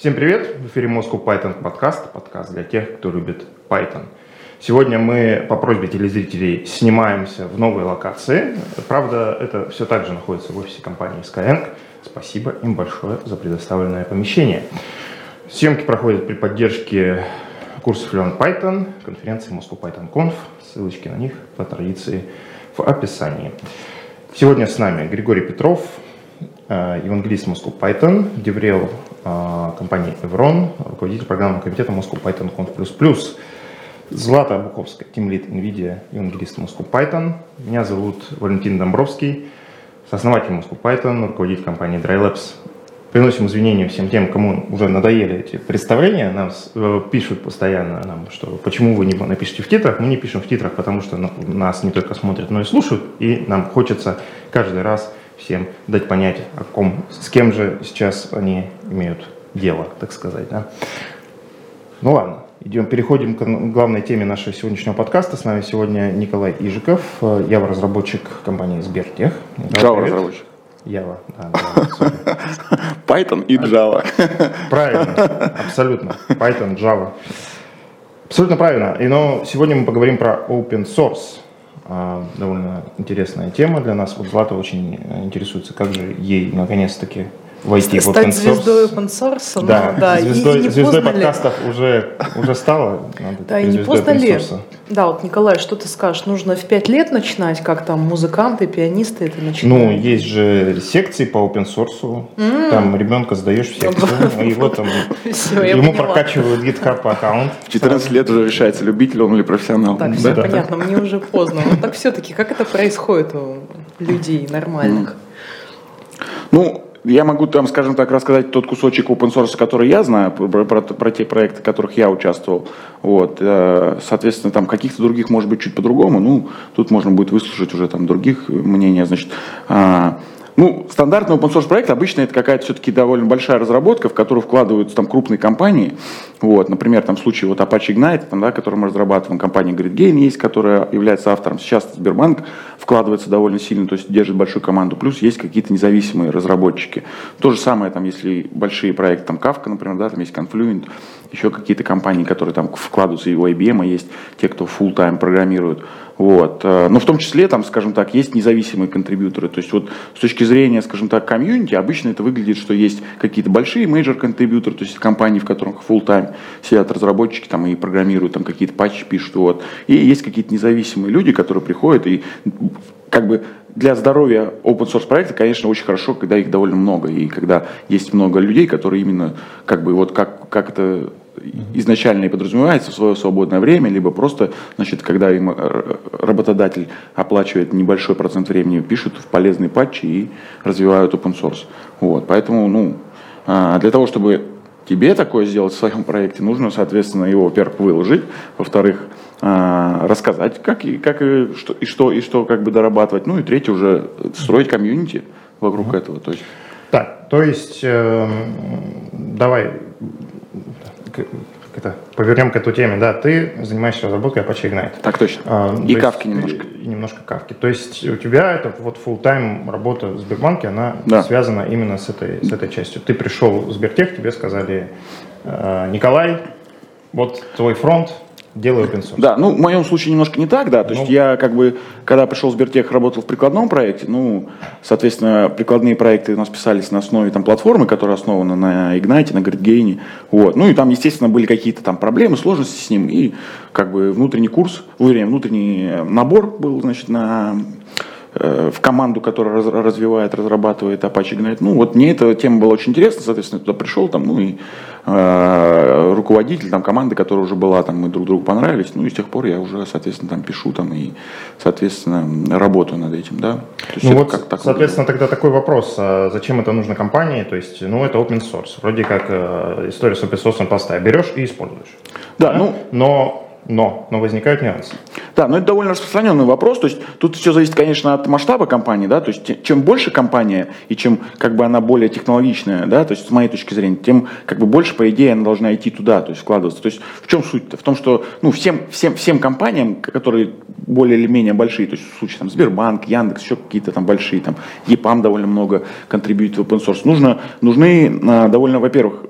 Всем привет! В эфире Moscow Python подкаст для тех, кто любит Python. Сегодня мы по просьбе телезрителей снимаемся в новой локации. Правда, это все так же находится в офисе компании Skyeng. Спасибо им большое за предоставленное помещение. Съемки проходят при поддержке курсов Learn Python, конференции Moscow Python Conf. Ссылочки на них по традиции в описании. Сегодня с нами Григорий Петров, евангелист Moscow Python, деврел компании Evron, руководитель программного комитета Moscow Python Conf++. Злата Буковская, тимлид NVIDIA, евангелист Moscow Python. Меня зовут Валентин Домбровский, сооснователь Moscow Python, руководитель компании DryLabs. Приносим извинения всем тем, кому уже надоели эти представления. Нам пишут постоянно, что почему вы не напишите в титрах. Мы не пишем в титрах, потому что нас не только смотрят, но и слушают. И нам хочется каждый раз всем дать понять, с кем же сейчас они имеют дело, так сказать. Да? Ну ладно, переходим к главной теме нашего сегодняшнего подкаста. С нами сегодня Николай Ижиков, Java-разработчик компании Сбертех. Java-разработчик. Java, да. Python и Java. Правильно, абсолютно. Python, Java. Абсолютно правильно. Но сегодня мы поговорим про open source. Довольно интересная тема для нас. Вот Злата очень интересуется, как же ей наконец-таки войти в open source. Стать звездой open source. Да, звездой подкастов уже стала. Да, и не поздно ли? Да, вот, Николай, что ты скажешь? Нужно в 5 лет начинать, как там музыканты, пианисты это начинают? Ну, есть же секции по open source. Там ребенка сдаешь в секцию, и вот там ему прокачивают GitHub аккаунт. В 14 лет уже решается, любитель он или профессионал. Так, все понятно, мне уже поздно. Но так все-таки, как это происходит у людей нормальных? Ну, я могу там, скажем так, рассказать тот кусочек open source, который я знаю, про те проекты, в которых я участвовал. Вот. Соответственно, там каких-то других может быть чуть по-другому. Ну, тут можно будет выслушать уже там других мнений. Значит, стандартный open source проект обычно это какая-то все-таки довольно большая разработка, в которую вкладываются там крупные компании. Вот, например, там в случае вот Apache Ignite, там, да, который мы разрабатываем, компания GridGain есть, которая является автором. Сейчас Сбербанк вкладывается довольно сильно, то есть держит большую команду. Плюс есть какие-то независимые разработчики. То же самое, там, если большие проекты, там Kafka, например, да, там есть Confluent, еще какие-то компании, которые там вкладываются, и у IBM есть те, кто full-time программируют. Вот. Но в том числе, там, скажем так, есть независимые контрибьюторы. То есть вот с точки зрения, скажем так, комьюнити, обычно это выглядит, что есть какие-то большие major контрибьюторы, то есть компании, в которых full-time сидят разработчики там, и программируют, там какие-то патчи пишут. Вот. И есть какие-то независимые люди, которые приходят и как бы для здоровья open source проекта, конечно, очень хорошо, когда их довольно много, и когда есть много людей, которые именно как бы вот как это изначально и подразумевается в свое свободное время, либо просто, значит, когда им работодатель оплачивает небольшой процент времени, пишут в полезные патчи и развивают open source. Вот. Поэтому, для того, чтобы тебе такое сделать в своем проекте, нужно, соответственно, его, во-первых, выложить, во-вторых, рассказать, как и что как бы дорабатывать, ну и третье, уже строить комьюнити вокруг этого. То есть, давай повернем к этой теме. Да, ты занимаешься разработкой Apache Ignite. Так точно. И Kafka немножко. И немножко Kafka. То есть у тебя это вот full-time работа в Сбербанке, она связана именно с этой частью. Ты пришел в Сбертех, тебе сказали: Николай, вот твой фронт, делай open source. Да, в моем случае немножко не так, да. То есть я как бы, когда пришел в Сбертех, работал в прикладном проекте, соответственно, прикладные проекты у нас писались на основе там платформы, которая основана на Ignite, на GridGain. Вот. Ну и там, естественно, были какие-то там проблемы, сложности с ним. И как бы внутренний набор был, значит, в команду, которая разрабатывает Apache Ignite. Вот мне эта тема была очень интересна, соответственно, я туда пришел, и руководитель команды, которая уже была, мы друг другу понравились, и с тех пор я уже, соответственно, пишу, и, соответственно, работаю над этим, да. Соответственно, тогда такой вопрос, зачем это нужно компании, то есть, это open source, вроде как история с open source простая, берешь и используешь. Да, Но возникают нюансы. Да, но это довольно распространенный вопрос. То есть тут все зависит, конечно, от масштаба компании, да. То есть чем больше компания и чем как бы она более технологичная, да, то есть с моей точки зрения, тем как бы больше, по идее, она должна идти туда, то есть вкладываться. То есть в чем суть-то? В том, что всем компаниям, которые более или менее большие, то есть в случае Сбербанк, Яндекс, еще какие-то большие, EPAM довольно много контрибьютит в open source, нужны довольно, во-первых,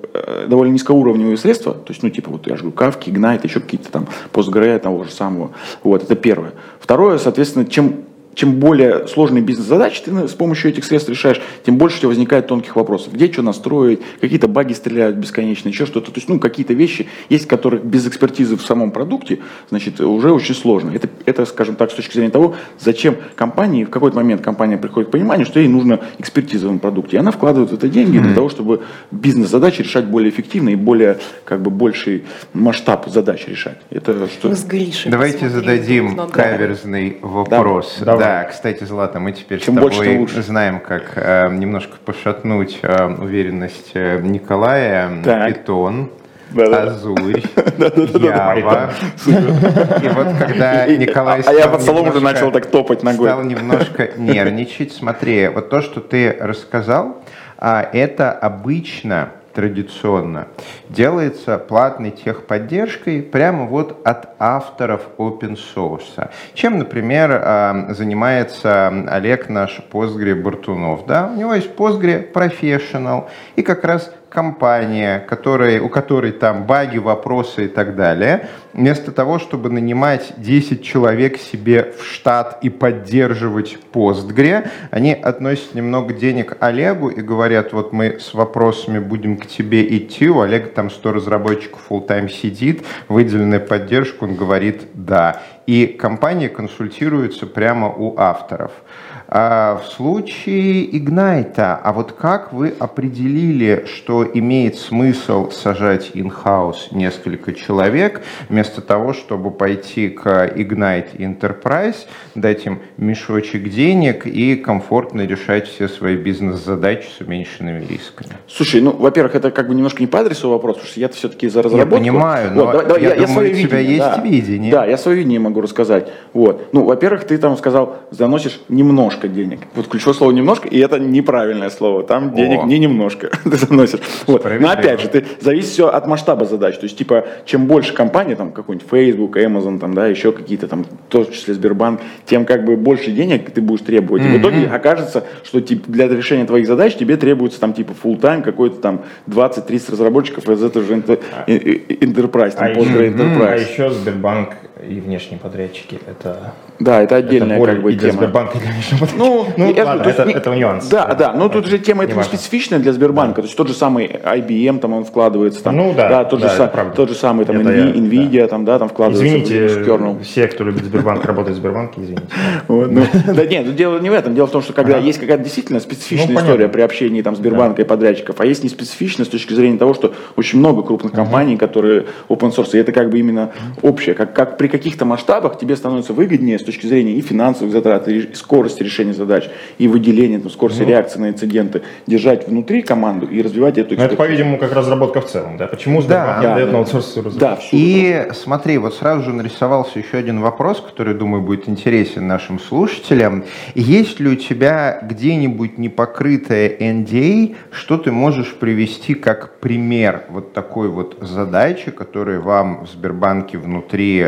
довольно низкоуровневые средства, то есть, ну, типа, вот я же говорю, Kafka, Ignite, еще какие-то там Postgre того же самого. Вот, это первое. Второе, соответственно, чем более сложные бизнес-задачи ты с помощью этих средств решаешь, тем больше у тебя возникает тонких вопросов. Где что настроить, какие-то баги стреляют бесконечно, еще что-то. То есть, ну, какие-то вещи есть, которых без экспертизы в самом продукте, значит, уже очень сложно. Это, скажем так, с точки зрения того, зачем компании, в какой-то момент компания приходит к пониманию, что ей нужна экспертиза в этом продукте. И она вкладывает в это деньги для того, чтобы бизнес-задачи решать более эффективно и более, как бы, больший масштаб задач решать. Это что? Мы с Гришей Давайте зададим каверзный вопрос. Да, кстати, Злата, мы теперь с тобой знаем, как немножко пошатнуть уверенность Николая. Питон, Азурь, Java. И вот когда Николай я под столом уже начал так топать ногой. Стал немножко нервничать. Смотри, вот то, что ты рассказал, это обычно традиционно делается платной техподдержкой прямо вот от авторов open source. Чем, например, занимается Олег наш Postgre Бартунов. Да? У него есть Postgre Professional и как раз компания, у которой там баги, вопросы и так далее, вместо того, чтобы нанимать 10 человек себе в штат и поддерживать Postgre, они относят немного денег Олегу и говорят, вот мы с вопросами будем к тебе идти, у Олега там 100 разработчиков full-time сидит, выделенная поддержка, он говорит да. И компания консультируется прямо у авторов. В случае Ignite, а вот как вы определили, что имеет смысл сажать in-house несколько человек, вместо того, чтобы пойти к Ignite Enterprise, дать им мешочек денег и комфортно решать все свои бизнес-задачи с уменьшенными рисками? Слушай, ну, во-первых, это как бы немножко не по адресу вопрос, потому что я все-таки за разработку. Я понимаю, но я думаю, у тебя есть видение. Да, я свое видение могу рассказать. Вот. Ну, во-первых, ты там сказал, заносишь немножко денег. Вот ключевое слово «немножко», и это неправильное слово. Там денег не немножко ты заносишь. Вот. Но опять же, зависит все от масштаба задач. То есть, типа, чем больше компаний, там, какой-нибудь Facebook, Amazon, там, да, еще какие-то там, в том числе Сбербанк, тем как бы больше денег ты будешь требовать. И в итоге окажется, что типа, для решения твоих задач тебе требуется там, типа, full-time какой-то там 20-30 разработчиков из этого же Enterprise, там, Postgre Enterprise. А еще Сбербанк и внешние подрядчики, это... Да, это отдельная как бы и для тема. Сбербанка, и для внешнего подрядчика. Ладно, это нюанс. Да, но тут же тема это специфичная для Сбербанка. То есть тот же самый IBM, там он вкладывается, там, тот же самый там Nvidia, там, да, там вкладывается. Извините, все, кто любит Сбербанк, работает в Сбербанке, извините. Да нет, дело не в этом. Дело в том, что когда есть какая-то действительно специфичная история при общении там Сбербанка и подрядчиков, а есть не специфичная с точки зрения того, что очень много крупных компаний, которые open source, и это как бы именно общее. Как при каких-то масштабах тебе становится выгоднее с точки зрения и финансовых затрат, и скорости решения задач, и выделения, там, скорости реакции на инциденты, держать внутри команду и развивать эту экспертизу. Это, по-видимому, как разработка в целом, да? Почему Сбербанк дает на аутсорс разработку? Да, и смотри, вот сразу же нарисовался еще один вопрос, который, думаю, будет интересен нашим слушателям. Есть ли у тебя где-нибудь непокрытое NDA, что ты можешь привести как пример вот такой вот задачи, которая вам в Сбербанке внутри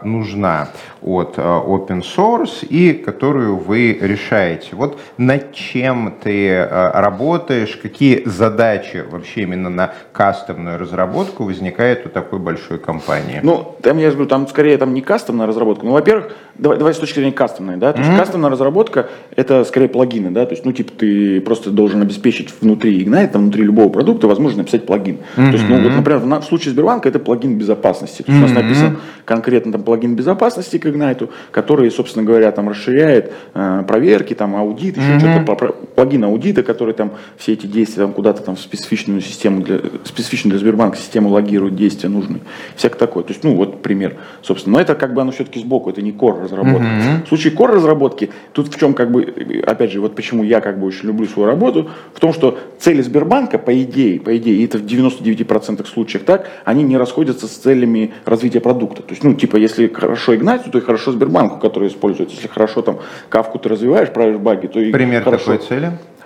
нужна от open source и которую вы решаете? Вот над чем ты работаешь, какие задачи вообще именно на кастомную разработку возникают у такой большой компании? Ну, там я говорю, там скорее там не кастомная разработка. Ну, во-первых, давай с точки зрения кастомной, да, то есть кастомная разработка это скорее плагины, да, то есть, ну, типа, ты просто должен обеспечить внутри Ignite, там, внутри любого продукта возможно написать плагин. То есть, ну, вот, например, в случае Сбербанка это плагин безопасности. То есть, у нас написан конкретно там плагин безопасности к Ignite, который, собственно говоря, там расширяет проверки, там, аудит, еще что-то, плагин аудита, который там все эти действия там куда-то там в специфичную систему, специфичную для Сбербанка систему логирует действия нужные. Всякое такое. То есть, ну, вот пример, собственно. Но это как бы оно все-таки сбоку, это не core разработки. В случае core разработки, тут в чем как бы, опять же, вот почему я как бы очень люблю свою работу, в том, что цели Сбербанка, по идее, и это в 99% случаев так, они не расходятся с целями развития продукта. То есть, ну, типа, если хорошо Ignite, то и хорошо Сбербанку, который используется. Если хорошо там Kafka ты развиваешь, правишь баги, то и пример хорошо. Такой цели?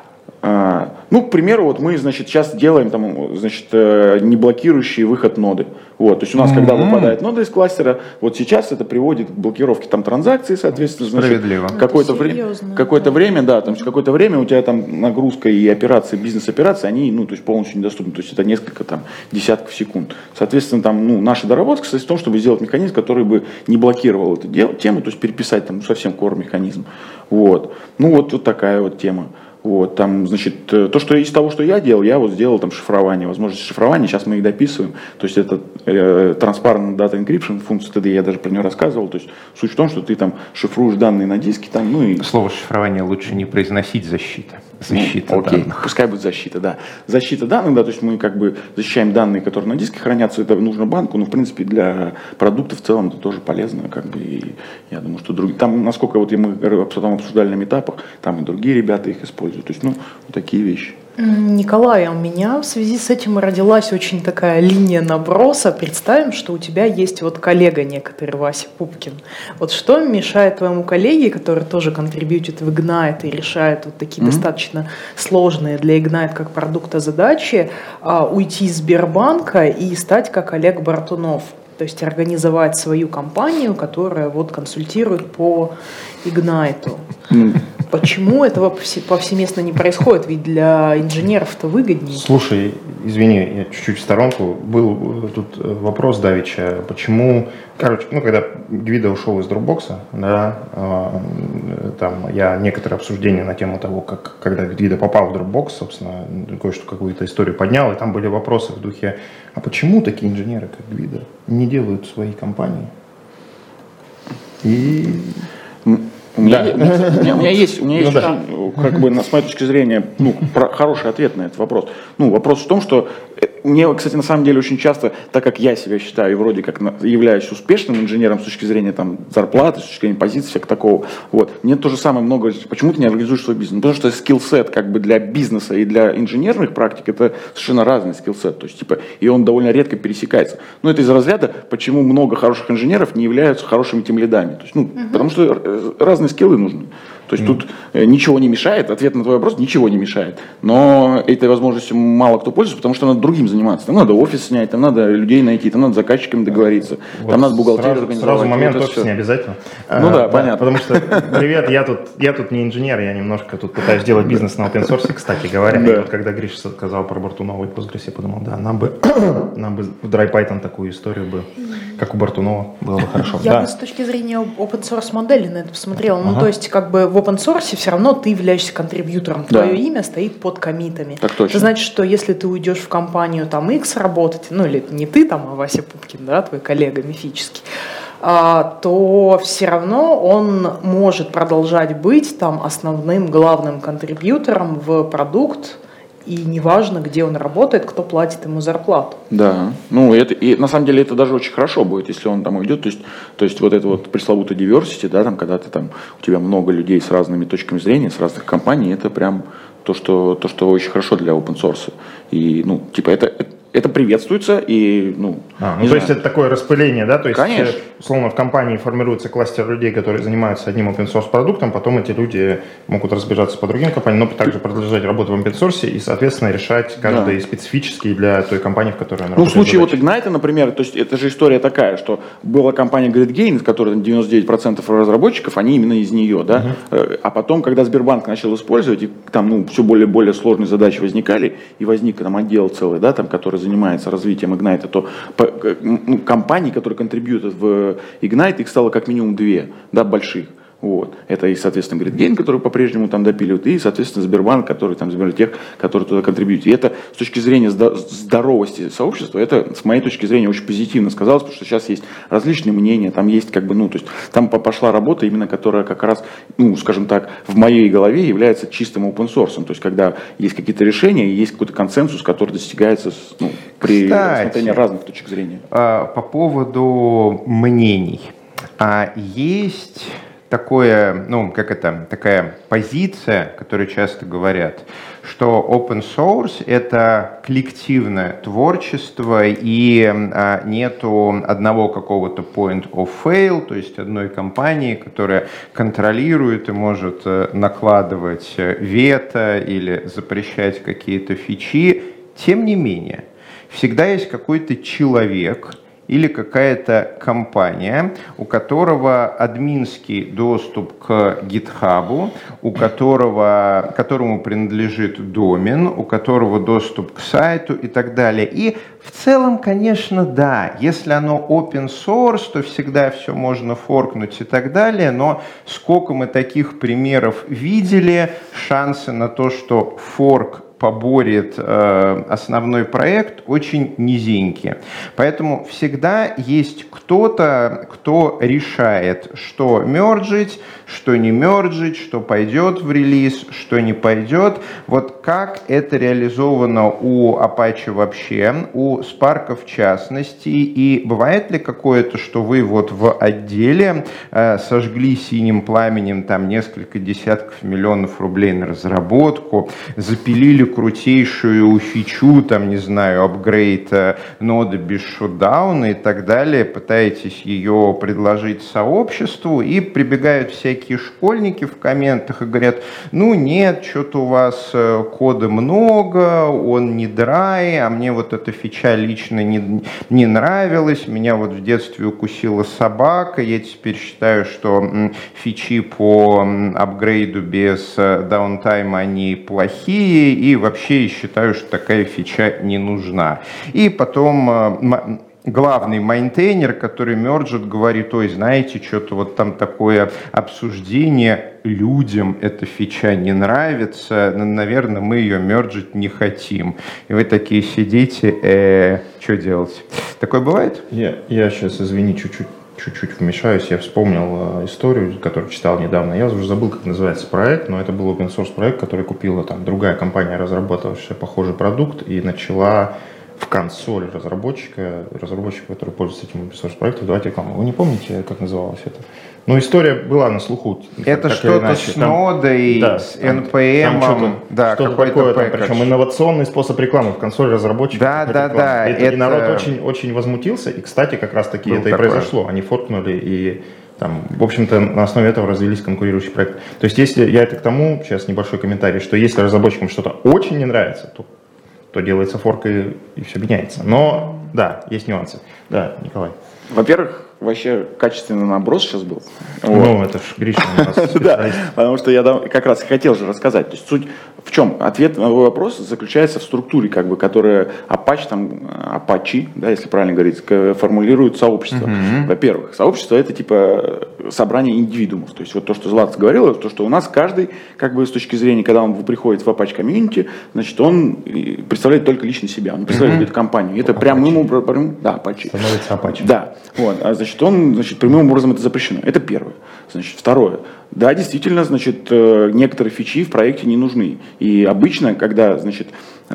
К примеру, вот мы, значит, сейчас делаем там, значит, неблокирующий выход ноды. Вот, то есть у нас, когда выпадает нода из кластера, вот сейчас это приводит к блокировке там транзакций, соответственно, значит, какое-то время, да, там какое-то время у тебя там нагрузка и операции, бизнес-операции, они, то есть полностью недоступны, то есть это несколько там десятков секунд. Соответственно, там, наша доработка состоит в том, чтобы сделать механизм, который бы не блокировал эту тему, то есть переписать там совсем core-механизм. Вот, вот такая вот тема. Вот, там, значит, то, что из того, что я делал, я вот сделал там шифрование, возможность шифрования, сейчас мы их дописываем, то есть это Transparent Data Encryption, функция TD, я даже про нее рассказывал, то есть суть в том, что ты там шифруешь данные на диске, там, и... Слово шифрование лучше не произносить, защита окей, данных. Пускай будет защита, да. Защита данных, да, то есть мы как бы защищаем данные, которые на диске хранятся, это нужно банку, но в принципе для продукта в целом это тоже полезно, как бы, и я думаю, что другие, там, насколько вот мы потом обсуждали на митапах, там и другие ребята их используют. То есть, вот такие вещи. Николай, у меня в связи с этим родилась очень такая линия наброса. Представим, что у тебя есть вот коллега некоторый, Вася Пупкин. Вот что мешает твоему коллеге, который тоже контрибьютит в Ignite и решает вот такие достаточно сложные для Ignite как продукта задачи, уйти из Сбербанка и стать как Олег Бартунов? То есть организовать свою компанию, которая вот консультирует по Ignite. Почему этого повсеместно не происходит? Ведь для инженеров-то выгоднее. Слушай, извини, я чуть-чуть в сторонку. Был тут вопрос давеча, почему... когда Гвидо ушел из Dropbox, да, там я некоторые обсуждения на тему того, когда Гвидо попал в Dropbox, собственно, какую-то историю поднял, и там были вопросы в духе, а почему такие инженеры, как Гвидо, не делают свои компании? И... У меня есть как бы, с моей точки зрения, хороший ответ на этот вопрос. Вопрос в том, что мне, кстати, на самом деле очень часто, так как я себя считаю и вроде как являюсь успешным инженером с точки зрения там, зарплаты, с точки зрения позиции, всякого такого, мне то же самое много, почему ты не организуешь свой бизнес? Потому что скиллсет как бы для бизнеса и для инженерных практик это совершенно разный скиллсет, то есть и он довольно редко пересекается. Но это из разряда, почему много хороших инженеров не являются хорошими тимлидами. То есть, потому что разные скиллы нужны. То есть тут ничего не мешает, ответ на твой вопрос, ничего не мешает. Но этой возможностью мало кто пользуется, потому что надо другим заниматься. Там надо офис снять, там надо людей найти, там надо с заказчиками договориться, там надо бухгалтерию организовать. Сразу момент офис не обязательно. Понятно. Потому что, привет, я тут не инженер, я немножко тут пытаюсь делать бизнес на open source, кстати говоря. И вот когда Гриша сказал про Бартунова и Postgres, я подумал, да, нам бы в DryPython такую историю бы, как у Бартунова, было бы хорошо. Я бы с точки зрения open source модели на это посмотрела. То есть как бы в open source все равно ты являешься контрибьютором. Твое имя стоит под коммитами. Так точно. Это значит, что если ты уйдешь в компанию там X работать, или не ты там, а Вася Пупкин, да, твой коллега мифический, то все равно он может продолжать быть там основным главным контрибьютором в продукт, и неважно, где он работает, кто платит ему зарплату. Да, и на самом деле это даже очень хорошо будет, если он там уйдет, то есть вот это вот пресловутый diversity, да, там, когда ты там, у тебя много людей с разными точками зрения, с разных компаний, это прям то, что очень хорошо для open source. И, это приветствуется и, то есть это такое распыление, да? То есть, конечно. Условно, в компании формируется кластер людей, которые занимаются одним open source продуктом, потом эти люди могут разбежаться по другим компаниям, но также продолжать работу в open source и, соответственно, решать каждый специфический для той компании, в которой он работает. В случае Ignite, например, то есть это же история такая, что была компания GreatGain, в которой 99% разработчиков, они именно из нее, да? А потом, когда Сбербанк начал использовать, и там, все более и более сложные задачи возникали, и возник там отдел целый, да, там, который занимается развитием Ignite, то компаний, которые контрибьютят в Ignite, их стало как минимум 2, да, больших. Вот. Это и, соответственно, GreatGain, который по-прежнему там допиливает, и, соответственно, Сбербанк, который там забирает тех, которые туда контрибьютят. И это с точки зрения здоровости сообщества, это, с моей точки зрения, очень позитивно сказалось, потому что сейчас есть различные мнения, там есть то есть там пошла работа, именно которая как раз, скажем так, в моей голове является чистым open source. То есть когда есть какие-то решения, и есть какой-то консенсус, который достигается при рассмотрении разных точек зрения. По поводу мнений. Есть такое, такая позиция, которую часто говорят, что open source — это коллективное творчество, и нету одного какого-то point of fail, то есть одной компании, которая контролирует и может накладывать вето или запрещать какие-то фичи. Тем не менее, всегда есть какой-то человек или какая-то компания, у которого админский доступ к GitHub, которому принадлежит домен, у которого доступ к сайту и так далее. И в целом, конечно, да, если оно open source, то всегда все можно форкнуть и так далее, но сколько мы таких примеров видели, шансы на то, что форк поборет основной проект, очень низенькие. Поэтому всегда есть кто-то, кто решает, что мерджить, что не мерджить, что пойдет в релиз, что не пойдет. Вот как это реализовано у Apache вообще, у Spark в частности, и бывает ли какое-то, что вы вот в отделе сожгли синим пламенем там несколько десятков миллионов рублей на разработку, запилили крутейшую фичу, там, не знаю, апгрейд ноды без шутдауна и так далее, пытаетесь ее предложить сообществу, и прибегают всякие школьники в комментах и говорят: ну нет, что-то у вас кода много, он не драй, а мне вот эта фича лично не нравилась, меня вот в детстве укусила собака, я теперь считаю, что фичи по апгрейду без даунтайма, они плохие, и вообще считаю, что такая фича не нужна. И потом главный мейнтейнер, который мерджит, говорит: ой, знаете, что-то вот там такое обсуждение, людям эта фича не нравится, наверное, мы ее мерджить не хотим. И вы такие сидите, что делать? Такое бывает? Я сейчас, извини, чуть-чуть вмешаюсь. Я вспомнил историю, которую читал недавно. Я уже забыл, как называется проект, но это был open source проект, который купила там другая компания, разрабатывавшая похожий продукт, и начала в консоль разработчика, который пользуется этим open source проектом, давайте рекламу. Вы не помните, как называлось это? Ну, история была на слуху. Это что-то с нодой, да, с NPM, да, что-то такое, там, причем инновационный способ рекламы в консоль разработчика. Да. И народ очень возмутился, и, кстати, как раз-таки это и произошло. Они форкнули, и там, в общем-то, на основе этого развились конкурирующие проекты. То есть, если я это к тому, сейчас небольшой комментарий, что если разработчикам что-то очень не нравится, то делается форк, и все меняется. Но, да, есть нюансы. Да, Николай. Во-первых, вообще качественный наброс сейчас был. Ну, это ж Гриша у нас. Да, потому что я как раз хотел же рассказать. То есть суть в чем? Ответ на твой вопрос заключается в структуре, как бы, которая Apache, да, если правильно говорить, формулирует сообщество. Во-первых, сообщество — это типа собрание индивидуумов. То есть вот то, что Злата говорила, то, что у нас каждый, как бы с точки зрения, когда он приходит в Apache комьюнити, значит, он представляет только лично себя, он не представляет какую-то компанию. Это прямым образом, да, Apache. Становится Apache. Да, вот, значит, прямым образом это запрещено. Это первое. Значит, второе. Да, действительно, значит, некоторые фичи в проекте не нужны. И обычно, когда, значит,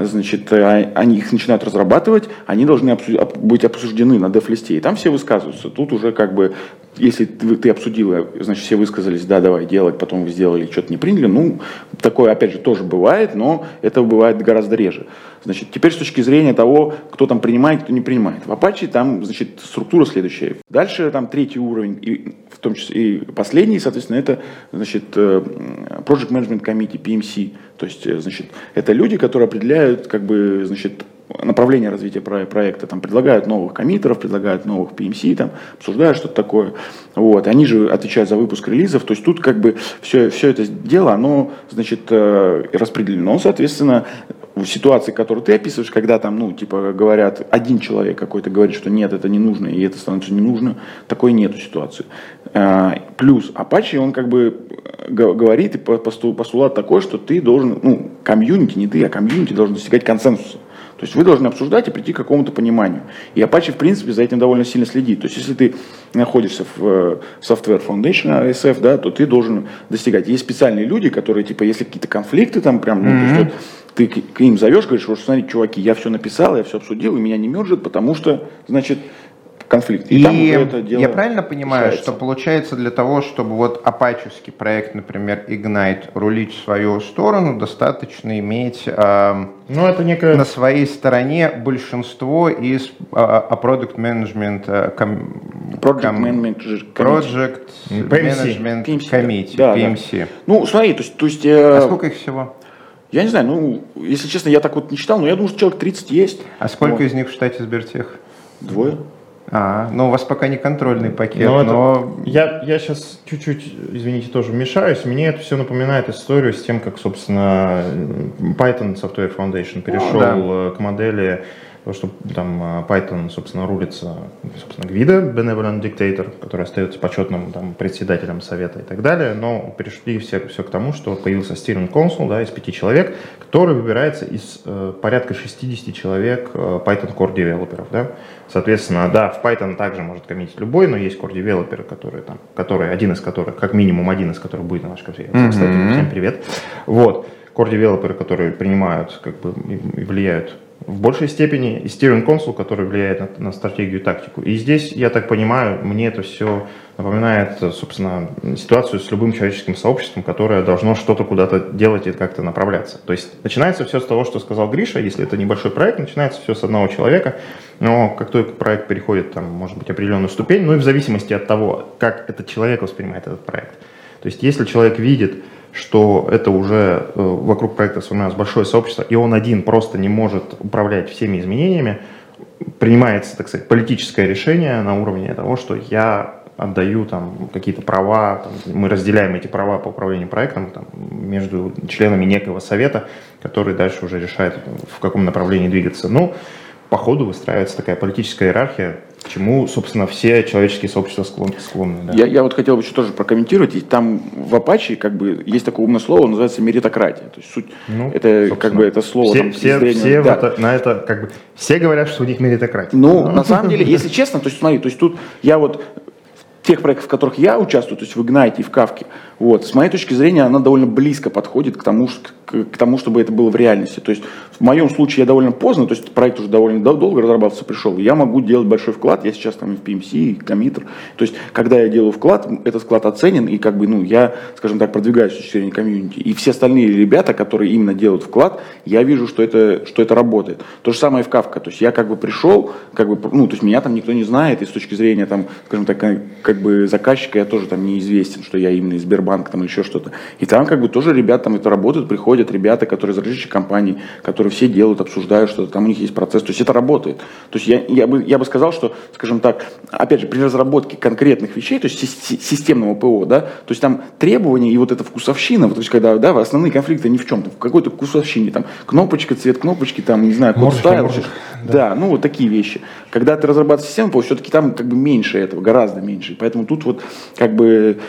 они их начинают разрабатывать, они должны быть обсуждены на деф-листе. И там все высказываются. Тут уже как бы, если ты обсудила, значит, все высказались: да, давай делать, потом вы сделали, что-то не приняли. Ну, такое, опять же, тоже бывает, но это бывает гораздо реже. Значит, теперь с точки зрения того, кто там принимает, кто не принимает. В Apache там, значит, структура следующая. Дальше там третий уровень, и в том числе и последний, соответственно, это, значит, Project Management Committee, PMC. То есть, значит, это люди, которые определяют, как бы, значит, направление развития проекта, там, предлагают новых коммитеров, предлагают новых PMC, там, обсуждают что-то такое. Вот. Они же отвечают за выпуск релизов. То есть тут как бы все это дело, оно, значит, распределено, соответственно, в ситуации, которую ты описываешь, когда там, ну, типа, говорят, один человек какой-то говорит, что нет, это не нужно, и это становится не нужно, такой нету ситуации. Плюс Apache, он как бы говорит, и постулат такой, что ты должен, ну, комьюнити, не ты, а комьюнити должен достигать консенсуса. То есть вы должны обсуждать и прийти к какому-то пониманию. И Apache, в принципе, за этим довольно сильно следит. То есть если ты находишься в Software Foundation ASF, да, то ты должен достигать. Есть специальные люди, которые, типа, если какие-то конфликты там прям, ну, то есть, вот, ты к ним зовешь, говоришь: вот, смотри, чуваки, я все написал, я все обсудил, и меня не мержит, потому что, значит, конфликт. И там уже это дело я правильно понимаю, решается. что получается для того, чтобы вот апачевский проект, например, Ignite, рулить в свою сторону, достаточно иметь Ну, это некая... на своей стороне большинство из Product Management Project Management Project PMC. Management PMC, Committee, да, да. PMC. Ну, смотри, то есть А сколько их всего? я не знаю, ну, если честно, я так вот не читал, но я думаю, что человек 30 есть. А сколько Вот. из них в штате Сбертех? 2. Ну у вас пока не контрольный пакет, Но но... Я сейчас чуть-чуть, извините, тоже вмешаюсь. Мне это все напоминает историю с тем, как, собственно, Python Software Foundation перешел к модели, что там Python, собственно, рулится, собственно, Гвидо, Benevolent Dictator, который остается почетным там, председателем совета и так далее, но перешли все к тому, что появился Steering Council, да, из 5 человек, который выбирается из порядка 60 человек Python Core девелоперов, да. Соответственно, да, в Python также может коммитить любой, но есть core девелоперы, которые один из которых, как минимум один из которых будет на нашей конференции, кстати, всем привет. Вот, core девелоперы, которые принимают, как бы, и влияют в большей степени, и Steering Council, который влияет на стратегию и тактику. И здесь, я так понимаю, мне это все напоминает, собственно, ситуацию с любым человеческим сообществом, которое должно что-то куда-то делать и как-то направляться. То есть начинается все с того, что сказал Гриша, если это небольшой проект, начинается все с одного человека, но как только проект переходит, там, может быть, определенную ступень, ну и в зависимости от того, как этот человек воспринимает этот проект. То есть если человек видит, что это уже вокруг проекта сформировалось большое сообщество, и он один просто не может управлять всеми изменениями, принимается, так сказать, политическое решение на уровне того, что я отдаю там какие-то права, там, мы разделяем эти права по управлению проектом там, между членами некого совета, который дальше уже решает, в каком направлении двигаться. Ну, по ходу выстраивается такая политическая иерархия, к чему, собственно, все человеческие сообщества склонны. Да. Я вот хотел бы еще тоже прокомментировать. И там в Apache как бы есть такое умное слово, называется меритократия. То есть суть, это как бы это слово. Все говорят, что у них меритократия. Ну, на самом деле, если честно, то есть смотри, то есть тут я вот в тех проектах, в которых я участвую, то есть в Ignite и в Kafka, вот, с моей точки зрения, она довольно близко подходит к тому, чтобы это было в реальности. То есть в моем случае я довольно поздно, то есть проект уже довольно долго разрабатывался, пришел, и я могу делать большой вклад, я сейчас там и в PMC, и коммитер. То есть когда я делаю вклад, этот вклад оценен, и как бы, ну, я, скажем так, продвигаюсь с точки зрения комьюнити. И все остальные ребята, которые именно делают вклад, я вижу, что это работает. То же самое и в Kafka. То есть я как бы пришел, как бы, ну, то есть меня там никто не знает, и с точки зрения, там, скажем так, как бы заказчика я тоже там неизвестен, что я именно из Сбербанка там или еще что-то. И там как бы тоже ребята там это работают, приходят ребята, которые из различных компаний, которые все делают, обсуждают что-то, там у них есть процесс, то есть это работает. То есть я бы сказал, что, скажем так, опять же, при разработке конкретных вещей, то есть системного ПО, да, то есть там требования и вот эта вкусовщина, вот, то есть когда, да, основные конфликты ни в чем, там, в какой-то вкусовщине, там, кнопочка, цвет кнопочки, там, не знаю, код стайл, да, ну вот такие вещи. Когда ты разрабатываешь систему ПО, все-таки там как бы меньше этого, гораздо меньше, поэтому тут вот как бы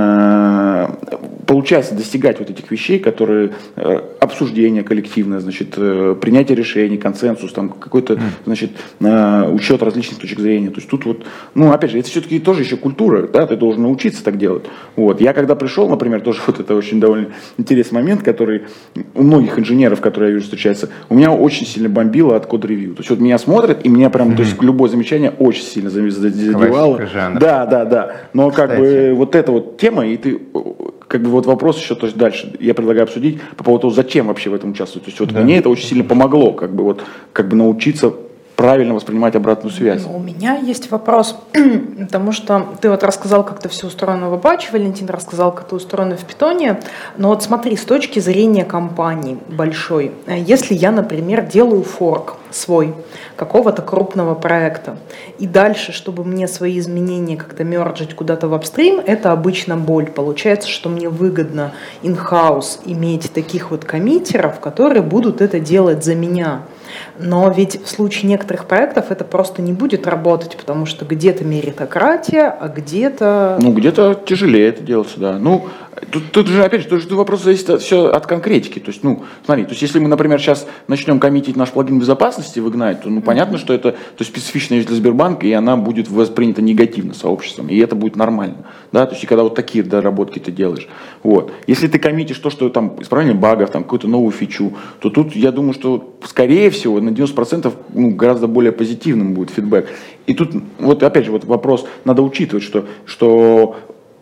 получается достигать вот этих вещей, которые обсуждение коллективное, значит, принятие решений, консенсус, там какой-то, значит, учет различных точек зрения. То есть тут вот, ну, опять же, это все-таки тоже еще культура, да, ты должен научиться так делать. Вот. Я когда пришел, например, тоже вот это очень довольно интересный момент, который у многих инженеров, которые я вижу встречаются, у меня очень сильно бомбило от код-ревью. То есть вот меня смотрят, и меня прям, то есть любое замечание очень сильно задевало. Да. Но как бы вот эта вот тема, и ты как бы вот вопрос еще, то есть дальше я предлагаю обсудить по поводу того, зачем вообще в этом участвовать. То есть вот мне это очень сильно помогло, как бы вот, как бы научиться правильно воспринимать обратную связь. У меня есть вопрос, потому что ты вот рассказал, как это все устроено в Apache, Валентин рассказал, как это устроено в Python, но вот смотри, с точки зрения компании большой, если я, например, делаю форк свой какого-то крупного проекта, и дальше, чтобы мне свои изменения как-то мерджить куда-то в апстрим, это обычно боль. Получается, что мне выгодно in-house иметь таких вот коммиттеров, которые будут это делать за меня. Но ведь в случае некоторых проектов это просто не будет работать, потому что где-то меритократия, а где-то... Ну, где-то тяжелее это делается, да. Ну, Тут же, опять же, тут вопрос зависит все от конкретики. То есть, смотри, то есть, если мы, например, сейчас начнем коммитить наш плагин безопасности в Ignite, то, понятно, что это специфичная вещь для Сбербанка, и она будет воспринята негативно сообществом, и это будет нормально. Да? То есть, и когда вот такие доработки ты делаешь. Вот. Если ты коммитишь то, что там исправление багов, там какую-то новую фичу, то тут, я думаю, что, скорее всего, на 90% гораздо более позитивным будет фидбэк. И тут, вот опять же, вот вопрос, надо учитывать, что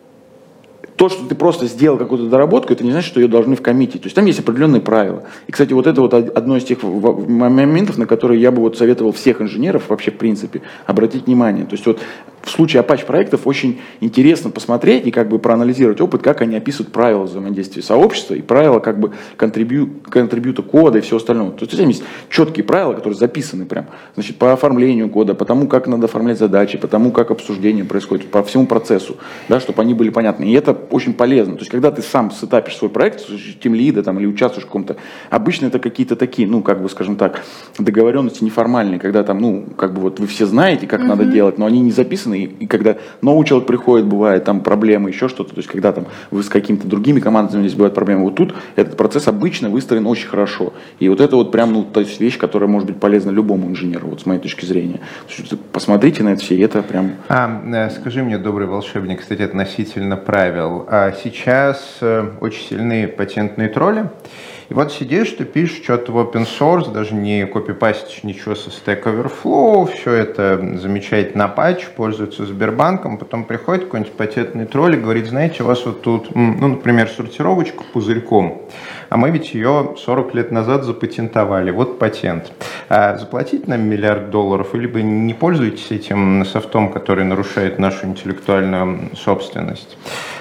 то, что ты просто сделал какую-то доработку, это не значит, что ее должны вкоммитить. То есть там есть определенные правила. И, кстати, вот это вот одно из тех моментов, на которые я бы вот советовал всех инженеров вообще в принципе обратить внимание. То есть вот в случае Apache проектов очень интересно посмотреть и как бы проанализировать опыт, как они описывают правила взаимодействия сообщества и правила как бы контрибьюта кода и все остальное. То есть там есть четкие правила, которые записаны прям, значит, по оформлению кода, по тому, как надо оформлять задачи, по тому, как обсуждение происходит, по всему процессу, да, чтобы они были понятны. И это очень полезно. То есть когда ты сам сетапишь свой проект, тимлида там или участвуешь в каком-то, обычно это какие-то такие, как бы, скажем так, договоренности неформальные, когда там, как бы вот вы все знаете, как надо делать, но они не записаны. И когда новый человек приходит, бывает там проблемы, еще что-то, то есть когда там вы с какими-то другими командами здесь бывают проблемы, вот тут этот процесс обычно выстроен очень хорошо. И вот это вот прям, то есть вещь, которая может быть полезна любому инженеру, вот с моей точки зрения. Посмотрите на это все, и это прям... Скажи мне, добрый волшебник, кстати, относительно правил. Сейчас очень сильные патентные тролли. И вот сидишь, ты пишешь что-то в open source, даже не копипастишь ничего со Stack Overflow, все это замечательно Apache, пользуется Сбербанком, потом приходит какой-нибудь патентный тролль и говорит, знаете, у вас вот тут, например, сортировочку пузырьком, а мы ведь ее 40 лет назад запатентовали, вот патент. Заплатить нам $1 миллиард, или вы не пользуетесь этим софтом, который нарушает нашу интеллектуальную собственность?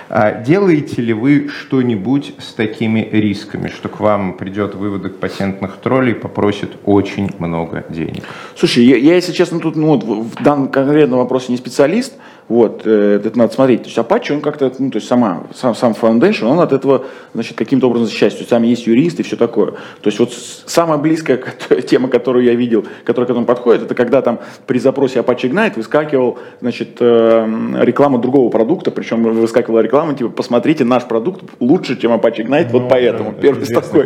Делаете ли вы что-нибудь с такими рисками, что к вам придет выводок патентных троллей и попросит очень много денег? Слушай, я если честно, тут в данном конкретном вопросе не специалист, это надо смотреть. То есть Apache, он как-то, то есть сам Foundation, он от этого, значит, каким-то образом защищается. То есть там есть юристы и все такое. То есть вот самая близкая тема, которую я видел, которая к этому подходит, это когда там при запросе Apache Ignite выскакивал, значит, реклама другого продукта, причем выскакивала реклама, типа, посмотрите, наш продукт лучше, чем Apache Ignite, вот поэтому. Первый такой.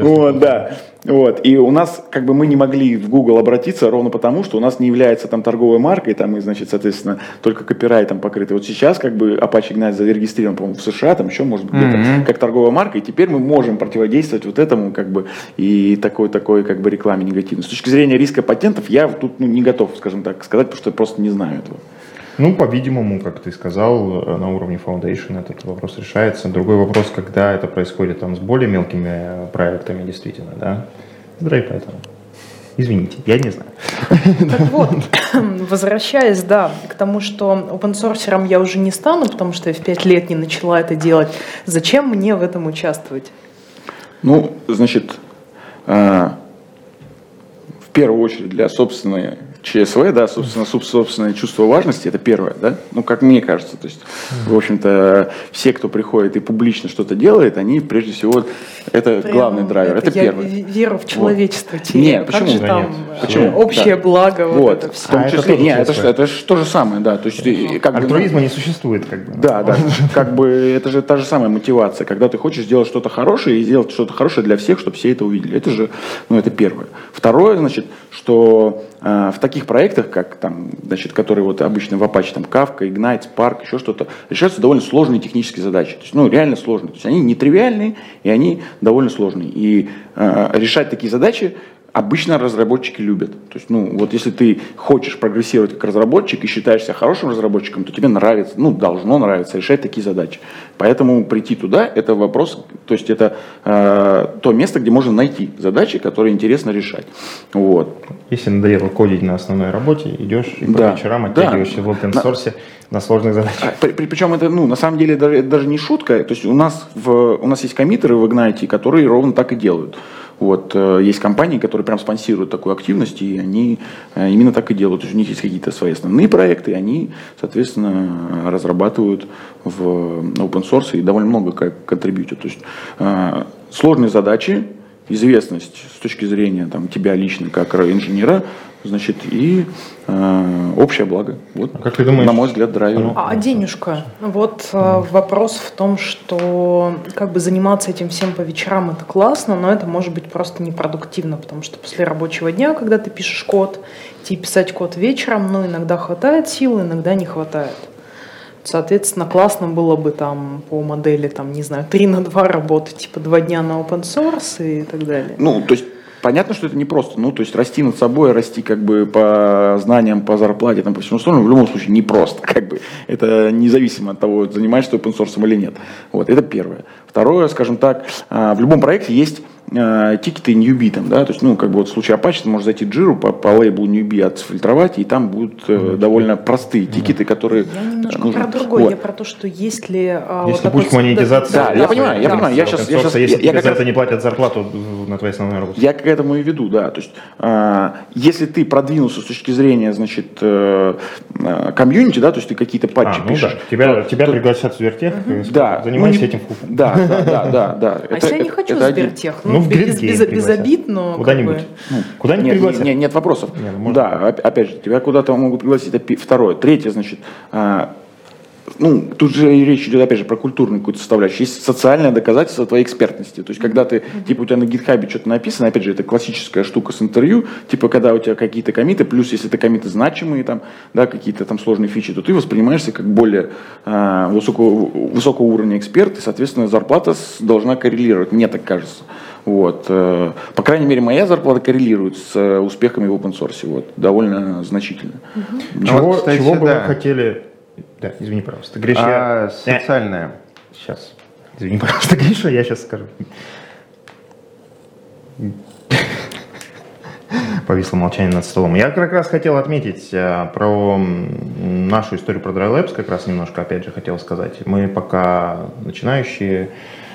И у нас, как бы, мы не могли в Google обратиться ровно потому, что у нас не является там торговой маркой, там, и, значит, соответственно, только копирайтом покрыты. Вот сейчас, как бы, Apache Ignite зарегистрирован, по-моему, в США, там еще, может быть, где-то, как торговая марка, и теперь мы можем противодействовать вот этому, как бы, и такой, как бы, рекламе негативной. С точки зрения риска патентов, я тут, не готов, скажем так, сказать, потому что я просто не знаю этого. По-видимому, как ты сказал, на уровне Foundation этот вопрос решается. Другой вопрос, когда это происходит там с более мелкими проектами, действительно, да? Здравия, поэтому. Извините, я не знаю. Так вот, возвращаясь, к тому, что open-sourcerом я уже не стану, потому что я в 5 лет не начала это делать, зачем мне в этом участвовать? Значит, в первую очередь для собственной ЧСВ, да, собственное чувство важности, это первое, да, как мне кажется, то есть, в общем-то, все, кто приходит и публично что-то делает, они, прежде всего, это главный драйвер, это первое. Я веру в человечество теряю. Нет, почему? Как же там Почему? общее благо, вот это все. В том числе, это же то же самое, да, то есть, альтруизма не существует, как бы. Да, как бы, это же та же самая мотивация, когда ты хочешь сделать что-то хорошее и сделать что-то хорошее для всех, чтобы все это увидели, это же, это первое. Второе, значит, что в таких проектах, как там, значит, которые вот обычно в Apache, там Kafka, Ignite, Spark, еще что-то, решаются довольно сложные технические задачи. То есть, реально сложные. То есть они нетривиальные и они довольно сложные. И решать такие задачи обычно разработчики любят. То есть, вот если ты хочешь прогрессировать как разработчик и считаешь себя хорошим разработчиком, то тебе нравится, должно нравиться решать такие задачи. Поэтому прийти туда – это вопрос, то есть это то место, где можно найти задачи, которые интересно решать. Вот. Если надоело кодить на основной работе, идешь и по вечерам оттягиваешься в open source на сложных задачах. Причем это, на самом деле, даже не шутка. То есть у нас есть коммитеры в Ignite, которые ровно так и делают. Есть компании, которые прям спонсируют такую активность, и они именно так и делают. То есть у них есть какие-то свои основные проекты, и они, соответственно, разрабатывают в open source и довольно много контрибьютят. То есть сложные задачи известность с точки зрения там, тебя лично как инженера, значит, и общее благо. Вот, как ты думаешь, на мой взгляд, драйвер. А денежка? Вот вопрос в том, что как бы заниматься этим всем по вечерам это классно, но это может быть просто непродуктивно, потому что после рабочего дня, когда ты пишешь код, тебе писать код вечером, ну, иногда хватает сил, иногда не хватает. Соответственно, классно было бы там по модели, там, не знаю, 3/2 работать, типа 2 дня на open source и так далее. Ну, то есть, понятно, что это непросто. Ну, то есть, расти над собой, расти как бы по знаниям, по зарплате, там, по всему остальному, в любом случае, непросто. Как бы. Это независимо от того, занимаешься ты open source или нет. Вот, это первое. Второе, скажем так, в любом проекте есть тикеты newbie, там, да, то есть, ну, как бы вот в случае Apache ты можешь зайти в Jira по лейблу newbie отфильтровать, и там будут довольно простые тикеты, которые Я немножко нужно. про другое, Вот. я про то, что есть ли... Если будет монетизация... Да, я понимаю. Я сейчас, если тебе как за раз- это не платят зарплату на твоей основной работе. Я к этому и веду, да. То есть, если ты продвинулся с точки зрения, значит, комьюнити, да, то есть ты какие-то патчи Ну пишешь. да, тебя то- пригласят в Сбертех, Да, занимайся ну, не- этим в Хуфу. Да. А если я не хочу в Сбертех? Ну, в без Гридгейм без пригласят. обид, но... Куда-нибудь. Куда-нибудь Нет, пригласят. нет вопросов. Не, ну, можно. Да, опять же, тебя куда-то могут пригласить. Это второе. Третье, значит, ну, тут же речь идет, опять же, про культурную какую-то составляющую. Есть социальное доказательство твоей экспертности. То есть, когда ты, типа, у тебя на гитхабе что-то написано, опять же, это классическая штука с интервью, типа, когда у тебя какие-то коммиты, плюс, если это коммиты значимые, там, да, какие-то там сложные фичи, то ты воспринимаешься как более высокого уровня эксперт, и, соответственно, зарплата должна коррелировать, мне так кажется. Вот. По крайней мере, моя зарплата коррелирует с успехами в open source, вот, довольно значительно. Чего, Вот, кстати, чего бы да. вы хотели... Да, извини, пожалуйста. Гриш, Социальное. Сейчас. Извини, пожалуйста, Гриша, я сейчас скажу. Повисло молчание над столом. Я как раз хотел отметить про нашу историю про Dry Labs, как раз немножко, опять же, хотел сказать. Мы пока начинающие,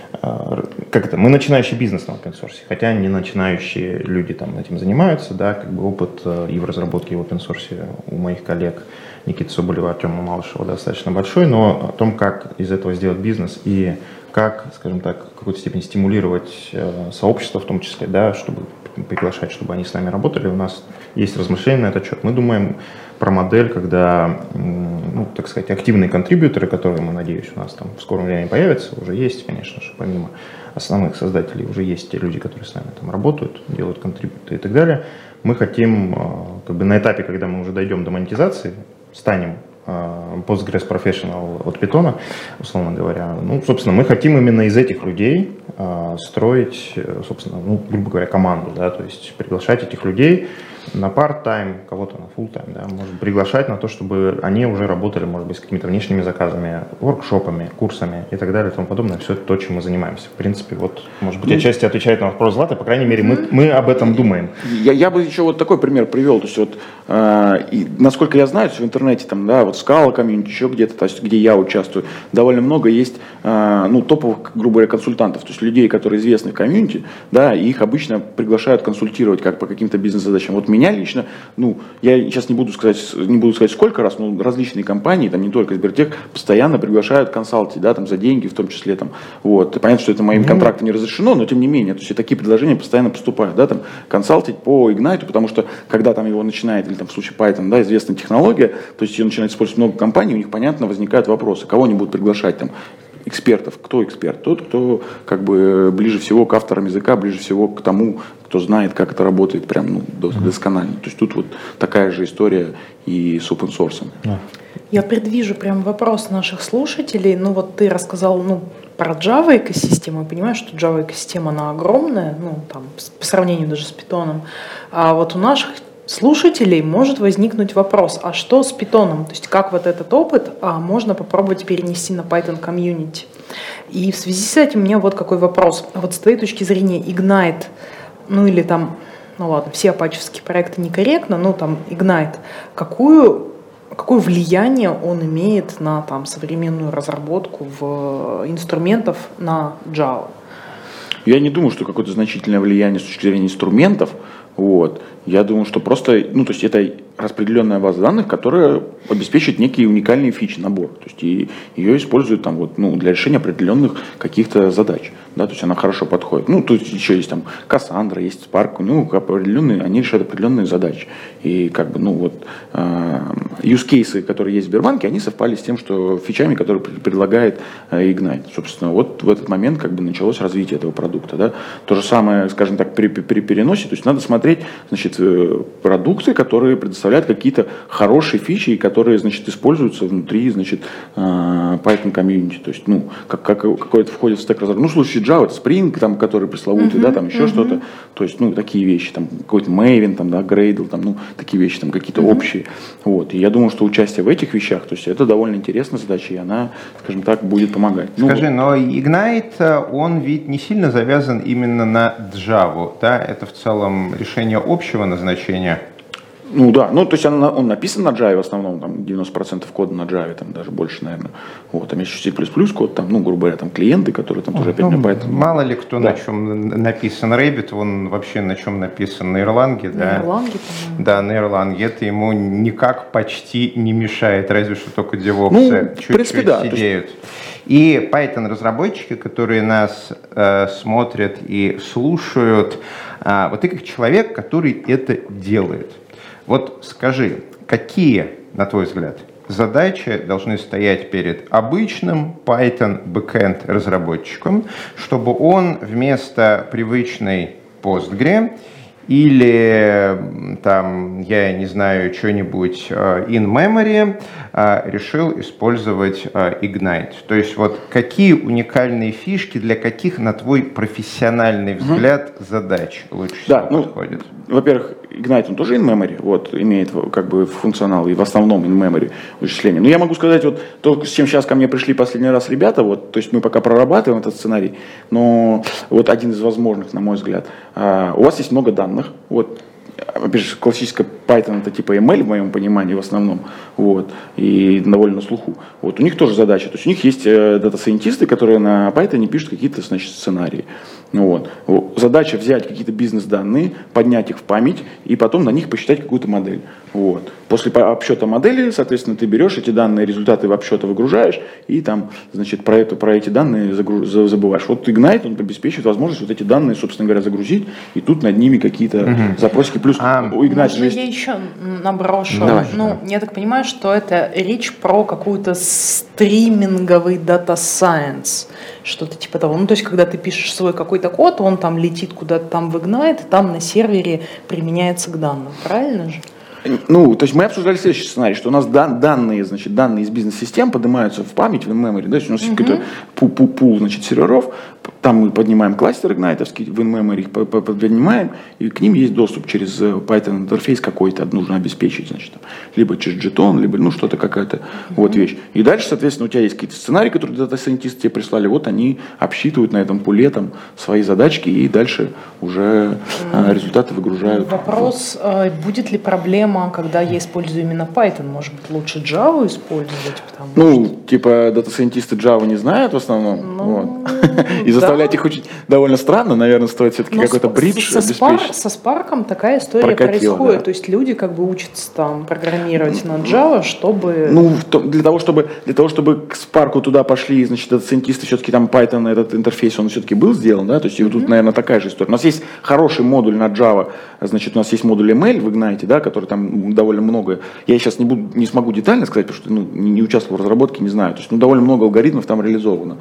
мы начинающий бизнес на open source, хотя не начинающие люди там этим занимаются, да, как бы опыт и в разработке и в open source у моих коллег Никиты Соболева, Артема Малышева достаточно большой, но о том, как из этого сделать бизнес и как, скажем так, в какой-то степени стимулировать сообщество в том числе, да, чтобы приглашать, чтобы они с нами работали, у нас есть размышления на этот счет. Мы думаем про модель, когда, ну, так сказать, активные контрибьюторы, которые, мы надеюсь, у нас там в скором времени появятся, уже есть, конечно же, помимо основных создателей, уже есть те люди, которые с нами там работают, делают контрибьюторы и так далее. Мы хотим, как бы на этапе, когда мы уже дойдем до монетизации, станем Postgres Professional от Python, условно говоря. Ну, собственно, мы хотим именно из этих людей строить, собственно, ну, грубо говоря, команду, да, то есть приглашать этих людей на part-time, кого-то на full-time, да, можем приглашать на то, чтобы они уже работали, может быть, с какими-то внешними заказами, воркшопами, курсами и так далее и тому подобное. Все это то, чем мы занимаемся. В принципе, вот, может быть, отчасти отвечает на вопрос Златы, по крайней мере, мы об этом думаем. Я бы еще вот такой пример привел, то есть вот, и, насколько я знаю, в интернете, там, да, вот Scala комьюнити, еще где-то, то есть, где я участвую, довольно много есть, ну, топовых, грубо говоря, консультантов, то есть людей, которые известны в комьюнити, да, и их обычно приглашают консультировать как по каким-то бизнес-задачам. Вот меня лично, ну, я сейчас не буду сказать сколько раз, но различные компании, там не только Сбертех, постоянно приглашают консалтить, да, там за деньги в том числе, там, вот. И понятно, что это моим контрактом не разрешено, но тем не менее, то есть такие предложения постоянно поступают, да, там, консалтить по Ignite, потому что когда там его начинает, или там в случае Python, да, известная технология, то есть ее начинает использовать много компаний, у них, понятно, возникают вопросы, кого они будут приглашать, там, экспертов. Кто эксперт? Тот, кто как бы ближе всего к авторам языка, ближе всего к тому, кто знает, как это работает прям, ну, досконально. То есть тут вот такая же история и с open source. Я предвижу прям вопрос наших слушателей. Ну вот ты рассказал, ну, про Java экосистему. Я понимаю, что Java экосистема, она огромная, ну, там, по сравнению даже с Python. А вот у наших слушателей может возникнуть вопрос, а что с Python? То есть как вот этот опыт можно попробовать перенести на Python комьюнити? И в связи с этим у меня вот какой вопрос. Вот с твоей точки зрения Ignite, ну или там, ну ладно, все апачевские проекты некорректно, но там Ignite, какое влияние он имеет на там современную разработку инструментов на Java? Я не думаю, что какое-то значительное влияние с точки зрения инструментов, Вот. Я думаю, что просто, то есть это распределенная база данных, которая обеспечивает некий уникальный фич-набор. То есть и ее используют там для решения определенных каких-то задач. Да, то есть она хорошо подходит. Тут еще есть там Cassandra, есть Spark, определенные, они решают определенные задачи. И use cases, которые есть в Сбербанке, они совпали с тем, что фичами, которые предлагает Ignite. Собственно, вот в этот момент началось развитие этого продукта. Да. То же самое, скажем так, при переносе. То есть надо смотреть, продукты, которые предоставляют какие-то хорошие фичи, которые, используются внутри, Python комьюнити. То есть, какой-то входит в стек разработки. В случае Java, это Spring, там, который пресловутый, да, там еще что-то. То есть, такие вещи, там, какой-то Maven, там, да, Gradle, там, такие вещи, там, какие-то общие. Вот. И я думаю, что участие в этих вещах, то есть, это довольно интересная задача, и она, скажем так, будет помогать. Скажи, но Ignite, он ведь не сильно завязан именно на Java, да? Это в целом решение общего назначения. Да, то есть он написан на Java в основном, там 90% кода на Java, там даже больше, наверное. Вот, там есть еще C++ код, там, грубо говоря, там клиенты, которые там тоже опять на Python. Мало ли кто на чем написан. Rabbit, он вообще на чем написан? На Erlang, да? На Erlang, по-моему. Да, на Erlang. Это ему никак почти не мешает, разве что только девопсы чуть-чуть сидеют. И Python-разработчики, которые нас смотрят и слушают, вот ты как человек, который это делает. Вот скажи, какие, на твой взгляд, задачи должны стоять перед обычным Python backend разработчиком, чтобы он вместо привычной Postgre или там, я не знаю, что-нибудь in-memory решил использовать Ignite. То есть вот какие уникальные фишки для каких, на твой профессиональный взгляд, задач лучше всего подходят? Во-первых, Ignite, он тоже in-memory, имеет функционал и в основном in-memory вычисления. Но я могу сказать, то, с чем сейчас ко мне пришли последний раз ребята, то есть мы пока прорабатываем этот сценарий, но один из возможных, на мой взгляд, у вас есть много данных, опять же, классическая Python это типа ML в моем понимании в основном, и довольно на слуху. У них тоже задача, то есть у них есть дата-сайентисты, которые на Python пишут какие-то, сценарии. Задача взять какие-то бизнес-данные, поднять их в память и потом на них посчитать какую-то модель. После обсчета модели, соответственно, ты берешь эти данные, результаты в обсчета выгружаешь и там, про эти данные забываешь. Ignite, он обеспечивает возможность эти данные, собственно говоря, загрузить, и тут над ними какие-то запросики. Плюс у Ignite же есть... Я еще наброшу. Давай. Я так понимаю, что это речь про какую-то стриминговый data science, что-то типа того. То есть, когда ты пишешь свой какой-то код, он там летит куда-то там в Ignite, и там на сервере применяется к данным. Правильно же? То есть мы обсуждали следующий сценарий, что у нас данные из бизнес-систем поднимаются в память, в in-memory, да, то есть у нас есть какой-то пул, серверов, там мы поднимаем кластер Ignite-овский, в in-memory их поднимаем, и к ним есть доступ через Python интерфейс какой-то, нужно обеспечить, либо через JSON, либо что-то какая-то вещь. И дальше, соответственно, у тебя есть какие-то сценарии, которые дата-сайентисты тебе прислали, они обсчитывают на этом пуле свои задачки, и дальше уже результаты выгружают. Вопрос, будет ли проблема, когда я использую именно Python, может быть, лучше Java использовать? Дата-сайентисты Java не знают в основном, и заставлять их учить довольно странно, наверное, стоит все-таки какой-то бридж обеспечить. Со Spark такая история происходит, то есть люди учатся программировать на Java, чтобы... Для того, чтобы к Spark туда пошли, дата-сайентисты, все-таки там Python, этот интерфейс, он все-таки был сделан, да, то есть тут, наверное, такая же история. У нас есть хороший модуль на Java, у нас есть модуль ML в Ignite, да, который там довольно много, я сейчас не смогу детально сказать, потому что не участвовал в разработке, не знаю, то есть довольно много алгоритмов там реализовано,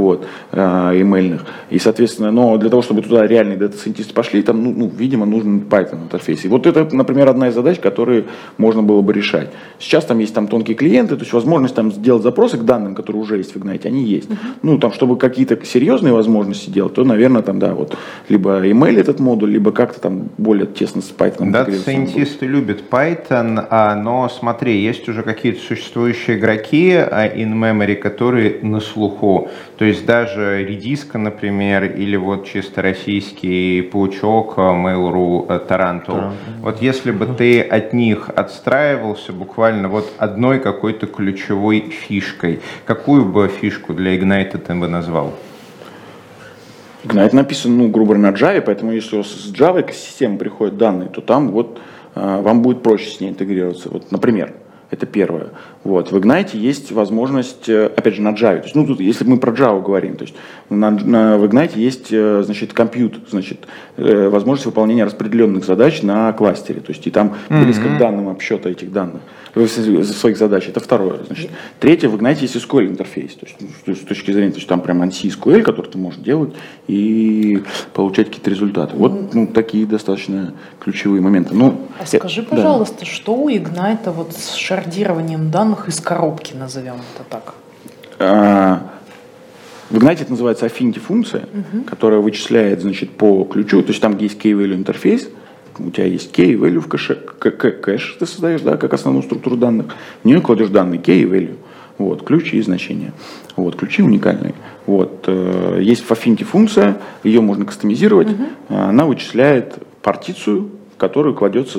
emailных, и, соответственно, но для того, чтобы туда реальные дата-сайентисты пошли, там, видимо, нужен Python интерфейс. И это, например, одна из задач, которые можно было бы решать. Сейчас там есть тонкие клиенты, то есть возможность сделать запросы к данным, которые уже есть в Ignite, они есть. Чтобы какие-то серьезные возможности делать, то, наверное, либо email этот модуль, либо как-то более тесно с Python. Дата-сайентисты любят Python, но смотри, есть уже какие-то существующие игроки in-memory, которые на слуху. То есть даже Редиска, например, или чисто российский паучок Mail.ru Tarantul. Если бы ты от них отстраивался буквально одной какой-то ключевой фишкой, какую бы фишку для Ignite ты бы назвал? Ignite написан, грубо говоря, на Java, поэтому если у вас с Java экосистемы приходят данные, то там вам будет проще с ней интегрироваться. Вот, например, это первое. Вот. В Ignite есть возможность, опять же, на Java. То есть, тут, если мы про Java говорим, то есть в Ignite есть, compute, возможность выполнения распределенных задач на кластере. То есть и там близко к данным обсчета этих данных своих задач. Это второе. Третье, в Ignite есть SQL интерфейс. То есть, с точки зрения, там прям ANSI SQL, который ты можешь делать и получать какие-то результаты. Вот такие достаточно ключевые моменты. Скажи, пожалуйста, что у Ignite вот с шардированием данных из коробки, назовем это так? В Ignite это называется affinity функция, которая вычисляет, по ключу, то есть там, где есть key-value интерфейс, у тебя есть key, value в кэше, кэш ты создаешь, да, как основную структуру данных, в нее кладешь данные key и value, ключи и значения, ключи уникальные. Есть affinity функция, ее можно кастомизировать, она вычисляет партицию, в которую кладется,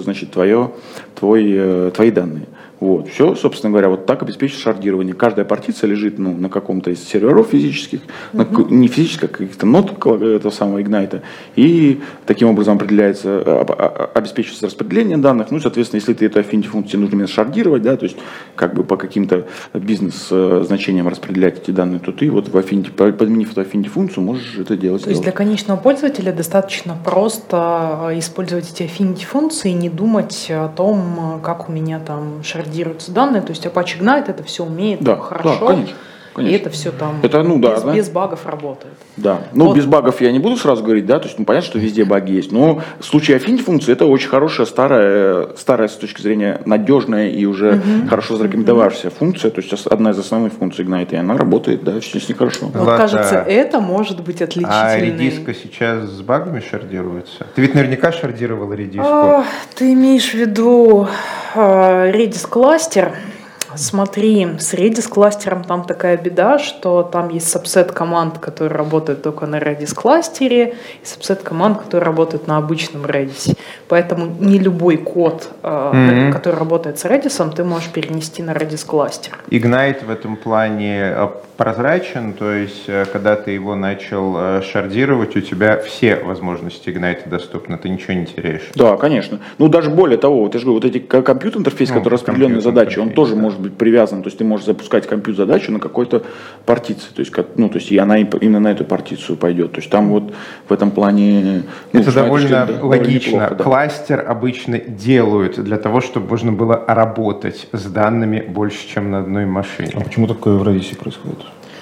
твои данные. Все, собственно говоря, вот так обеспечить шардирование. Каждая партиция лежит на каком-то из серверов физических, не физических, а каких-то нод этого самого Ignite, и таким образом обеспечивается распределение данных. Соответственно, если ты эту affinity функцию нужно именно шардировать, да, то есть по каким-то бизнес-значениям распределять эти данные, то ты подменив эту affinity функцию, можешь это делать. То есть для конечного пользователя достаточно просто использовать эти affinity функции и не думать о том, как у меня там шардируются данные, то есть Apache Ignite это все умеет хорошо, да, конечно. И это все там без багов работает. Да, без багов я не буду сразу говорить, да, то есть понятно, что везде баги есть, но в случае affinity функции это очень хорошая, старая с точки зрения надежная и уже хорошо зарекомендовавшаяся функция, то есть одна из основных функций Ignite, и она работает, да, все с ней хорошо. Кажется, это может быть отличительной. А редиска сейчас с багами шардируется? Ты ведь наверняка шардировала редиску. Ты имеешь в виду Redis кластер? Смотри, с Redis кластером там такая беда, что там есть сабсет команд, которые работают только на Redis кластере, и сабсет команд, которые работают на обычном Redis. Поэтому не любой код, который работает с Redis, ты можешь перенести на Redis кластер. Ignite в этом плане прозрачен, то есть когда ты его начал шардировать, у тебя все возможности Ignite доступны, ты ничего не теряешь. Да, конечно. Даже более того, я же говорю, эти компьютер-интерфейс, который распределенные задачи, он тоже может быть привязан, то есть ты можешь запускать компьютер-задачу на какой-то партиции, то есть и она именно на эту партицию пойдет. То есть там в этом плане... Это довольно логично. Неплохо, да. Кластер обычно делают для того, чтобы можно было работать с данными больше, чем на одной машине. А почему такое в Redis происходит?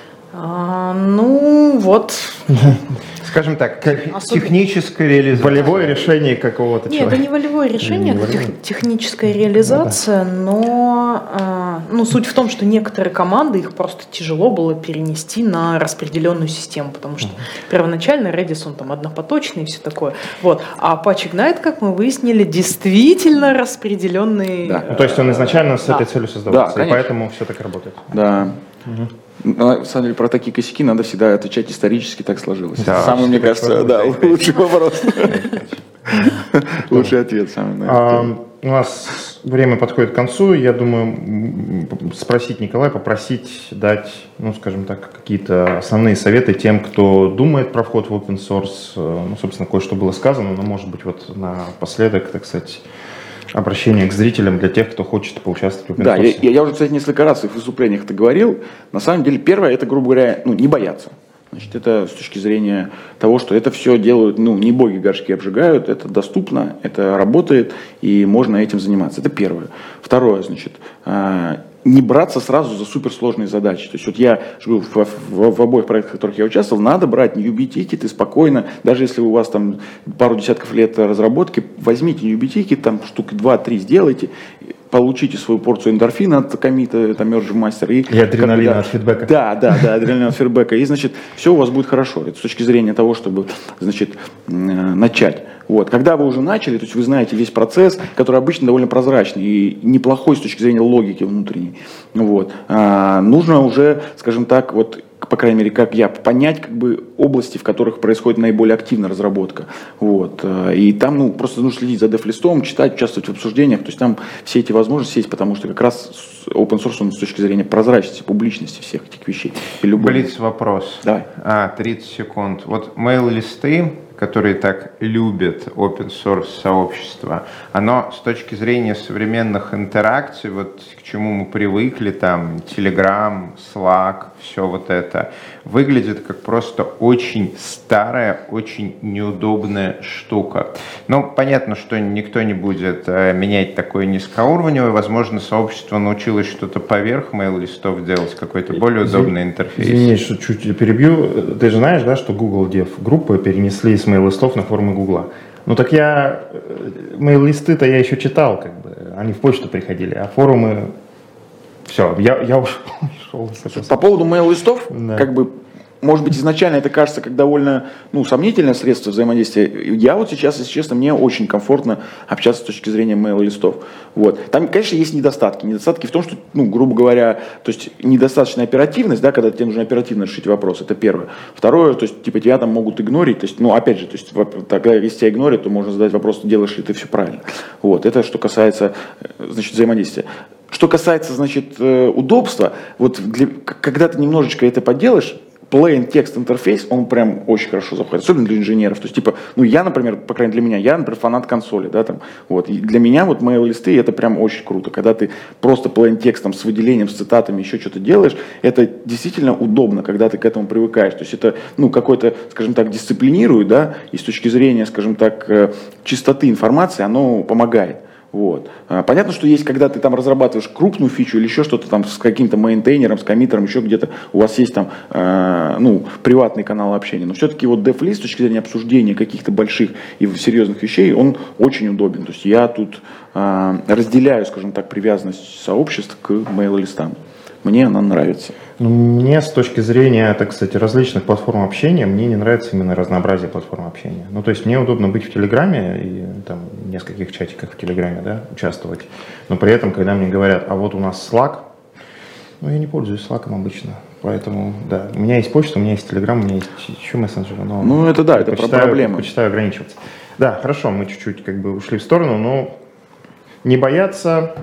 Скажем так, техническая реализация. Волевое решение какого-то человека. Нет, это не волевое решение, это техническая реализация, но суть в том, что некоторые команды, их просто тяжело было перенести на распределенную систему, потому что первоначально Redis, он там однопоточный и все такое. А Apache Ignite, как мы выяснили, действительно распределенный. Да. То есть он изначально с этой целью создавался, да, и поэтому все так работает. Да. На самом деле, про такие косяки надо всегда отвечать исторически, так сложилось. Да, самый, мне кажется, лучший вопрос. Лучший ответ самый на это. У нас время подходит к концу. Я думаю, спросить Николая, попросить дать, скажем так, какие-то основные советы тем, кто думает про вход в open source. Собственно, кое-что было сказано, но, может быть, напоследок, так сказать, обращение к зрителям для тех, кто хочет поучаствовать в open source. Да, я уже, кстати, несколько раз в своих выступлениях это говорил. На самом деле, первое, это, грубо говоря, не бояться. Значит, это с точки зрения того, что это все делают, не боги горшки обжигают, это доступно, это работает, и можно этим заниматься. Это первое. Второе, не браться сразу за суперсложные задачи. То есть я говорю, в обоих проектах, в которых я участвовал, надо брать newbie-тикеты спокойно, даже если у вас там пару десятков лет разработки, возьмите newbie-тикет, там штук 2-3 сделайте, получите свою порцию эндорфина от коммита, там, merge master. И адреналина от фидбэка. Да, адреналина от фидбэка. И, все у вас будет хорошо. Это с точки зрения того, чтобы, начать. Когда вы уже начали, то есть вы знаете весь процесс, который обычно довольно прозрачный и неплохой с точки зрения логики внутренней. Нужно уже, скажем так, по крайней мере, как я, понять как бы области, в которых происходит наиболее активная разработка. Вот. И там просто нужно следить за дев-листом, читать, участвовать в обсуждениях. То есть там все эти возможности есть, потому что как раз open source он с точки зрения прозрачности, публичности всех этих вещей. Блиц-вопрос. Давай. 30 секунд. Вот мейл-листы, которые так любят open source сообщество, оно с точки зрения современных интеракций, вот к чему мы привыкли, там, Telegram, Slack, все вот это, выглядит как просто очень старая, очень неудобная штука. Ну, понятно, что никто не будет менять такое низкоуровневое, возможно, сообщество научилось что-то поверх мейл-листов делать, какой-то более удобный интерфейс. Извини, что чуть перебью. Ты же знаешь, да, что Google Dev группы перенесли с мейл-листов на форумы Гугла. Ну так мейл-листы-то я еще читал, как бы, они в почту приходили, а форумы, все, я ушел с этого. По поводу мейл-листов, Да. как бы, может быть, изначально это кажется как довольно сомнительное средство взаимодействия. Я вот сейчас, если честно, мне очень комфортно общаться с точки зрения мейл-листов. Вот. Там, конечно, есть недостатки. Недостатки в том, что, грубо говоря, то есть недостаточная оперативность, да, когда тебе нужно оперативно решить вопрос, это первое. Второе, то есть тебя там могут игнорить. То есть, опять же, то есть, тогда, если тебя игнорят, то можно задать вопрос, делаешь ли ты все правильно. Вот. Это что касается, значит, взаимодействия. Что касается, значит, удобства, вот когда ты немножечко это поделаешь, plain text интерфейс, он прям очень хорошо заходит, особенно для инженеров. То есть, я, например, по крайней мере, для меня, например, фанат консоли, да, там, вот, и для меня вот мейл-листы, это прям очень круто. Когда ты просто plain текстом с выделением, с цитатами еще что-то делаешь, это действительно удобно, когда ты к этому привыкаешь. То есть, это, какой-то, скажем так, дисциплинирует, да, и с точки зрения, скажем так, чистоты информации, оно помогает. Вот. Понятно, что есть, когда ты там разрабатываешь крупную фичу или еще что-то там с каким-то мейнтейнером, с коммитером, еще где-то, у вас есть там приватный канал общения. Но все-таки вот DevList с точки зрения обсуждения каких-то больших и серьезных вещей, он очень удобен. То есть я тут разделяю, скажем так, привязанность сообществ к мейл-листам. Мне она нравится. Мне с точки зрения, так сказать, различных платформ общения, мне не нравится именно разнообразие платформ общения. То есть мне удобно быть в Телеграме и там в нескольких чатиках в Телеграме, да, участвовать. Но при этом, когда мне говорят, а вот у нас Slack, я не пользуюсь Slack'ом обычно. Поэтому, да, у меня есть почта, у меня есть Телеграм, у меня есть еще мессенджеры. Но это да, это проблема. Предпочитаю ограничиваться. Да, хорошо, мы чуть-чуть ушли в сторону, но не бояться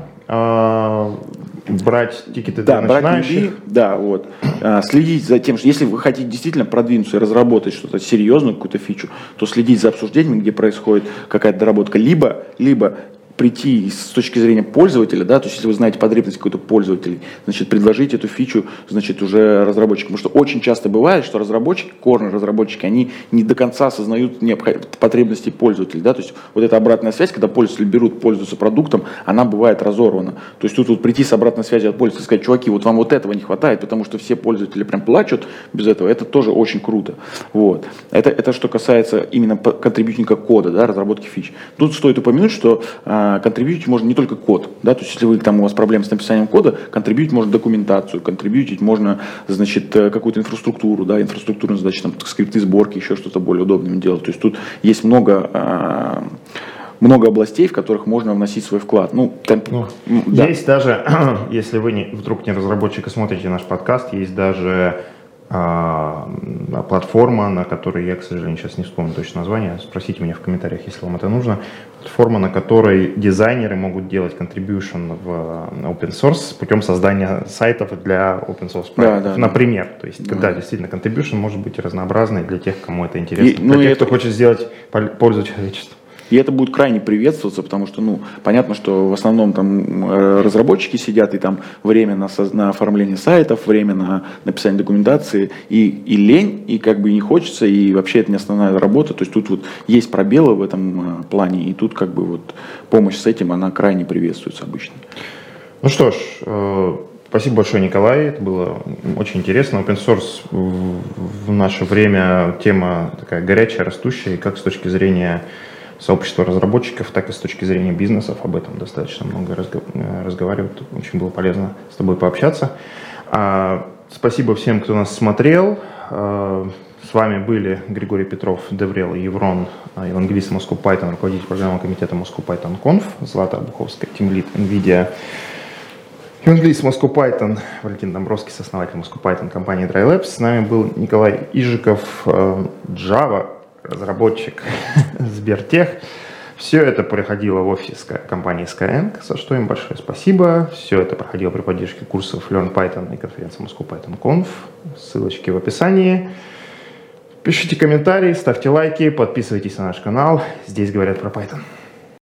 брать тикеты для начинающих. Вот. Следить за тем, что если вы хотите действительно продвинуться и разработать что-то серьезное, какую-то фичу, то следить за обсуждениями, где происходит какая-то доработка, либо прийти с точки зрения пользователя, да, то есть если вы знаете потребность какой-то пользователя, значит, предложить эту фичу, значит, уже разработчикам. Потому что очень часто бывает, что разработчики, корнер-разработчики, они не до конца осознают потребности пользователя, да, то есть вот эта обратная связь, когда пользователи пользуются продуктом, она бывает разорвана. То есть тут прийти с обратной связью от пользователя и сказать, чуваки, вот вам вот этого не хватает, потому что все пользователи прям плачут без этого, это тоже очень круто. Вот. Это что касается именно контрибьютинга кода, да, разработки фич. Тут стоит упомянуть, что контрибьютить можно не только код, да, то есть если у вас проблемы с написанием кода, контрибьютить можно документацию, контрибьютить можно, значит, какую-то инфраструктуру, да, инфраструктурные задачи, там, скрипты сборки, еще что-то более удобное делать. То есть тут есть много областей, в которых можно вносить свой вклад. Да. Есть даже, если вы вдруг не разработчик и смотрите наш подкаст, есть даже платформа, на которой, я, к сожалению, сейчас не вспомню точно название, спросите меня в комментариях, если вам это нужно. Платформа, на которой дизайнеры могут делать contribution в open source путем создания сайтов для open source проектов. Например, то есть, когда действительно contribution может быть разнообразный для тех, кому это интересно. Для тех, кто хочет сделать пользу человечеству. И это будет крайне приветствоваться, потому что, понятно, что в основном там разработчики сидят, и там время на оформление сайтов, время на написание документации, и лень, и как бы не хочется, и вообще это не основная работа. То есть тут вот есть пробелы в этом плане, и тут как бы вот помощь с этим, она крайне приветствуется обычно. Ну что ж, спасибо большое, Николай, это было очень интересно. Open source в наше время тема такая горячая, растущая, и как с точки зрения сообщества разработчиков, так и с точки зрения бизнесов об этом достаточно много разговаривают. Очень было полезно с тобой пообщаться. Спасибо всем, кто нас смотрел. С вами были Григорий Петров, Деврел Еврон, евангелист Moscow Python, руководитель программного комитета Moscow Python Conf, Злата Буховская, тимлид NVIDIA. Евангелист Moscow Python, Валентин Домбровский, основатель Moscow Python компании Dry Labs. С нами был Николай Ижиков, Java, разработчик Сбертех. Все это проходило в офисе компании Skyeng, за что им большое спасибо. Все это проходило при поддержке курсов Learn Python и конференции Moscow Python Conf. Ссылочки в описании. Пишите комментарии, ставьте лайки, подписывайтесь на наш канал. Здесь говорят про Python.